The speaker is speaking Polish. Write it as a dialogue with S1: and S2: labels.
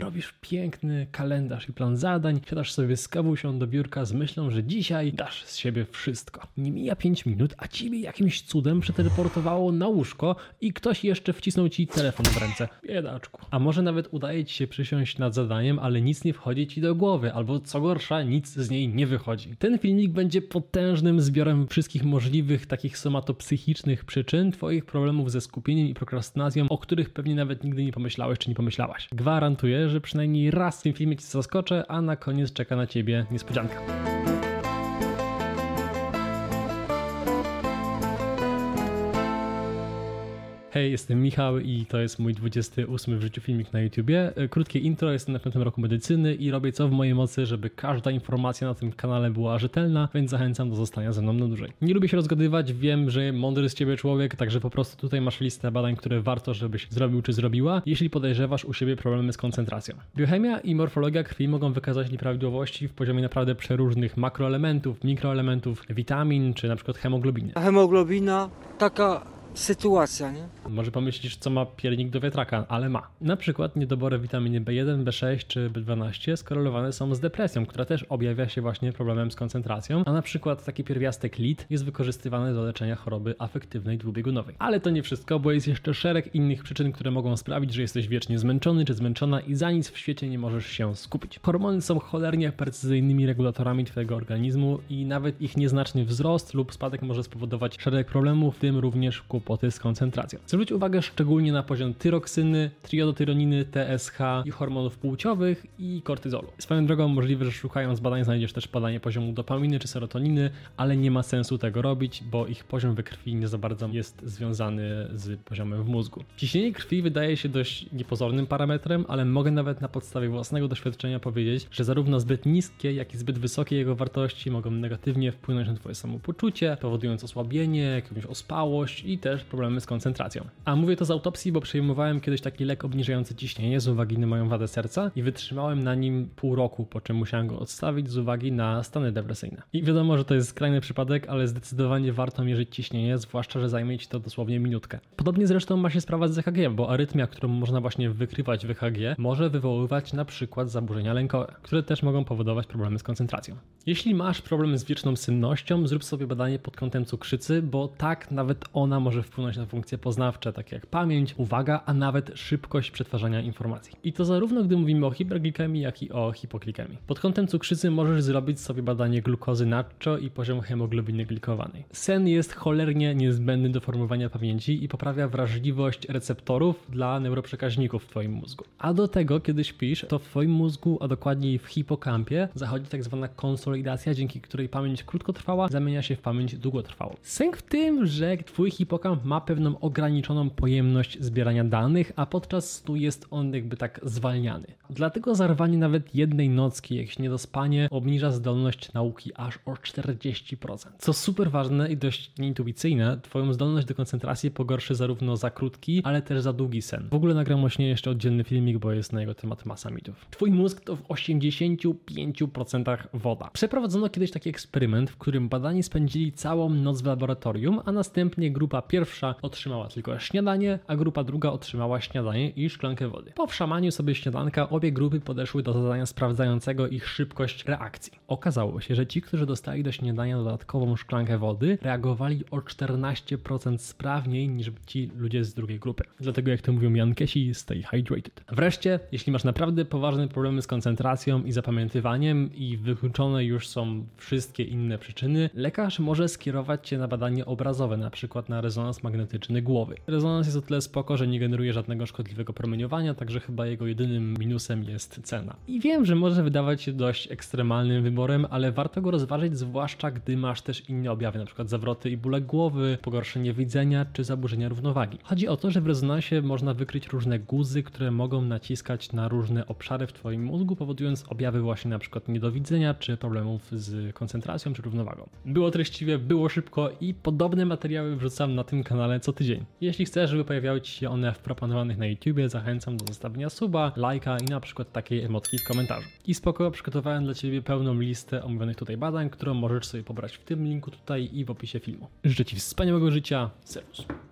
S1: robisz piękny kalendarz i plan zadań, siadasz sobie z kawusią do biurka z myślą, że dzisiaj dasz z siebie wszystko. Nie mija 5 minut, a ciebie jakimś cudem przeteleportowało na łóżko i ktoś jeszcze wcisnął ci telefon w ręce. Biedaczku. A może nawet udaje ci się przysiąść nad zadaniem, ale nic nie wchodzi ci do głowy, albo co gorsza, nic z niej nie wychodzi. Ten filmik będzie potężnym zbiorem wszystkich możliwych takich somatopsychicznych przyczyn twoich problemów ze skupieniem i prokrastynacją, o których pewnie nawet nigdy nie pomyślałeś czy nie pomyślałaś. Gwarantuję, że przynajmniej raz w tym filmie cię zaskoczę, a na koniec czeka na ciebie niespodzianka. Hej, jestem Michał i to jest mój 28 w życiu filmik na YouTubie. Krótkie intro, jestem na 5. roku medycyny i robię co w mojej mocy, żeby każda informacja na tym kanale była rzetelna, więc zachęcam do zostania ze mną na dłużej. Nie lubię się rozgadywać, wiem, że mądry z ciebie człowiek, także po prostu tutaj masz listę badań, które warto, żebyś zrobił czy zrobiła, jeśli podejrzewasz u siebie problemy z koncentracją. Biochemia i morfologia krwi mogą wykazać nieprawidłowości w poziomie naprawdę przeróżnych makroelementów, mikroelementów, witamin czy na przykład hemoglobiny.
S2: Hemoglobina taka sytuacja, nie?
S1: Może pomyślisz, co ma piernik do wiatraka, ale ma. Na przykład niedobory witaminy B1, B6 czy B12 skorelowane są z depresją, która też objawia się właśnie problemem z koncentracją, a na przykład taki pierwiastek LIT jest wykorzystywany do leczenia choroby afektywnej dwubiegunowej. Ale to nie wszystko, bo jest jeszcze szereg innych przyczyn, które mogą sprawić, że jesteś wiecznie zmęczony czy zmęczona i za nic w świecie nie możesz się skupić. Hormony są cholernie precyzyjnymi regulatorami twojego organizmu i nawet ich nieznaczny wzrost lub spadek może spowodować szereg problemów, w tym również kłopoty z koncentracją. Zwróć uwagę szczególnie na poziom tyroksyny, triodotyroniny, TSH i hormonów płciowych i kortyzolu. Swoją drogą możliwe, że szukając badań znajdziesz też badanie poziomu dopaminy czy serotoniny, ale nie ma sensu tego robić, bo ich poziom we krwi nie za bardzo jest związany z poziomem w mózgu. Ciśnienie krwi wydaje się dość niepozornym parametrem, ale mogę nawet na podstawie własnego doświadczenia powiedzieć, że zarówno zbyt niskie, jak i zbyt wysokie jego wartości mogą negatywnie wpłynąć na twoje samopoczucie, powodując osłabienie, jakąś ospałość i też problemy z koncentracją. A mówię to z autopsji, bo przejmowałem kiedyś taki lek obniżający ciśnienie z uwagi na moją wadę serca i wytrzymałem na nim pół roku, po czym musiałem go odstawić z uwagi na stany depresyjne. I wiadomo, że to jest skrajny przypadek, ale zdecydowanie warto mierzyć ciśnienie, zwłaszcza, że zajmie ci to dosłownie minutkę. Podobnie zresztą ma się sprawa z EKG, bo arytmia, którą można właśnie wykrywać w EKG, może wywoływać na przykład zaburzenia lękowe, które też mogą powodować problemy z koncentracją. Jeśli masz problem z wieczną sennością, zrób sobie badanie pod kątem cukrzycy, bo tak nawet ona może wpłynąć na funkcje poznawcze, takie jak pamięć, uwaga, a nawet szybkość przetwarzania informacji. I to zarówno gdy mówimy o hiperglikemii, jak i o hipoglikemii. Pod kątem cukrzycy możesz zrobić sobie badanie glukozy natczo i poziom hemoglobiny glikowanej. Sen jest cholernie niezbędny do formowania pamięci i poprawia wrażliwość receptorów dla neuroprzekaźników w twoim mózgu. A do tego, kiedy śpisz, to w twoim mózgu, a dokładniej w hipokampie, zachodzi tak zwana konsolidacja, dzięki której pamięć krótkotrwała zamienia się w pamięć długotrwałą. Sęk w tym, że twój hipokamp ma pewną ograniczoną pojemność zbierania danych, a podczas snu jest on jakby tak zwalniany. Dlatego zarwanie nawet jednej nocki, jakieś niedospanie, obniża zdolność nauki aż o 40%. Co super ważne i dość nieintuicyjne, twoją zdolność do koncentracji pogorszy zarówno za krótki, ale też za długi sen. W ogóle nagram o śnie jeszcze oddzielny filmik, bo jest na jego temat masa mitów. Twój mózg to w 85% woda. Przeprowadzono kiedyś taki eksperyment, w którym badani spędzili całą noc w laboratorium, a następnie grupa pierwsza otrzymała tylko śniadanie, a grupa druga otrzymała śniadanie i szklankę wody. Po wszamaniu sobie śniadanka obie grupy podeszły do zadania sprawdzającego ich szybkość reakcji. Okazało się, że ci, którzy dostali do śniadania dodatkową szklankę wody, reagowali o 14% sprawniej niż ci ludzie z drugiej grupy. Dlatego jak to mówią Jankesi, stay hydrated. Wreszcie, jeśli masz naprawdę poważne problemy z koncentracją i zapamiętywaniem i wykluczone już są wszystkie inne przyczyny, lekarz może skierować cię na badanie obrazowe, na przykład na rezonans magnetyczny głowy. Rezonans jest o tyle spoko, że nie generuje żadnego szkodliwego promieniowania, także chyba jego jedynym minusem jest cena. I wiem, że może wydawać się dość ekstremalnym wyborem, ale warto go rozważyć, zwłaszcza gdy masz też inne objawy, np. zawroty i bóle głowy, pogorszenie widzenia czy zaburzenia równowagi. Chodzi o to, że w rezonansie można wykryć różne guzy, które mogą naciskać na różne obszary w twoim mózgu, powodując objawy właśnie np. niedowidzenia czy problemów z koncentracją czy równowagą. Było treściwie, było szybko i podobne materiały wrzucam na tym kanale co tydzień. Jeśli chcesz, żeby pojawiały ci się one w proponowanych na YouTubie, zachęcam do zostawienia suba, lajka i na przykład takiej emotki w komentarzu. I spoko, przygotowałem dla ciebie pełną listę omówionych tutaj badań, którą możesz sobie pobrać w tym linku tutaj i w opisie filmu. Życzę ci wspaniałego życia. Servus.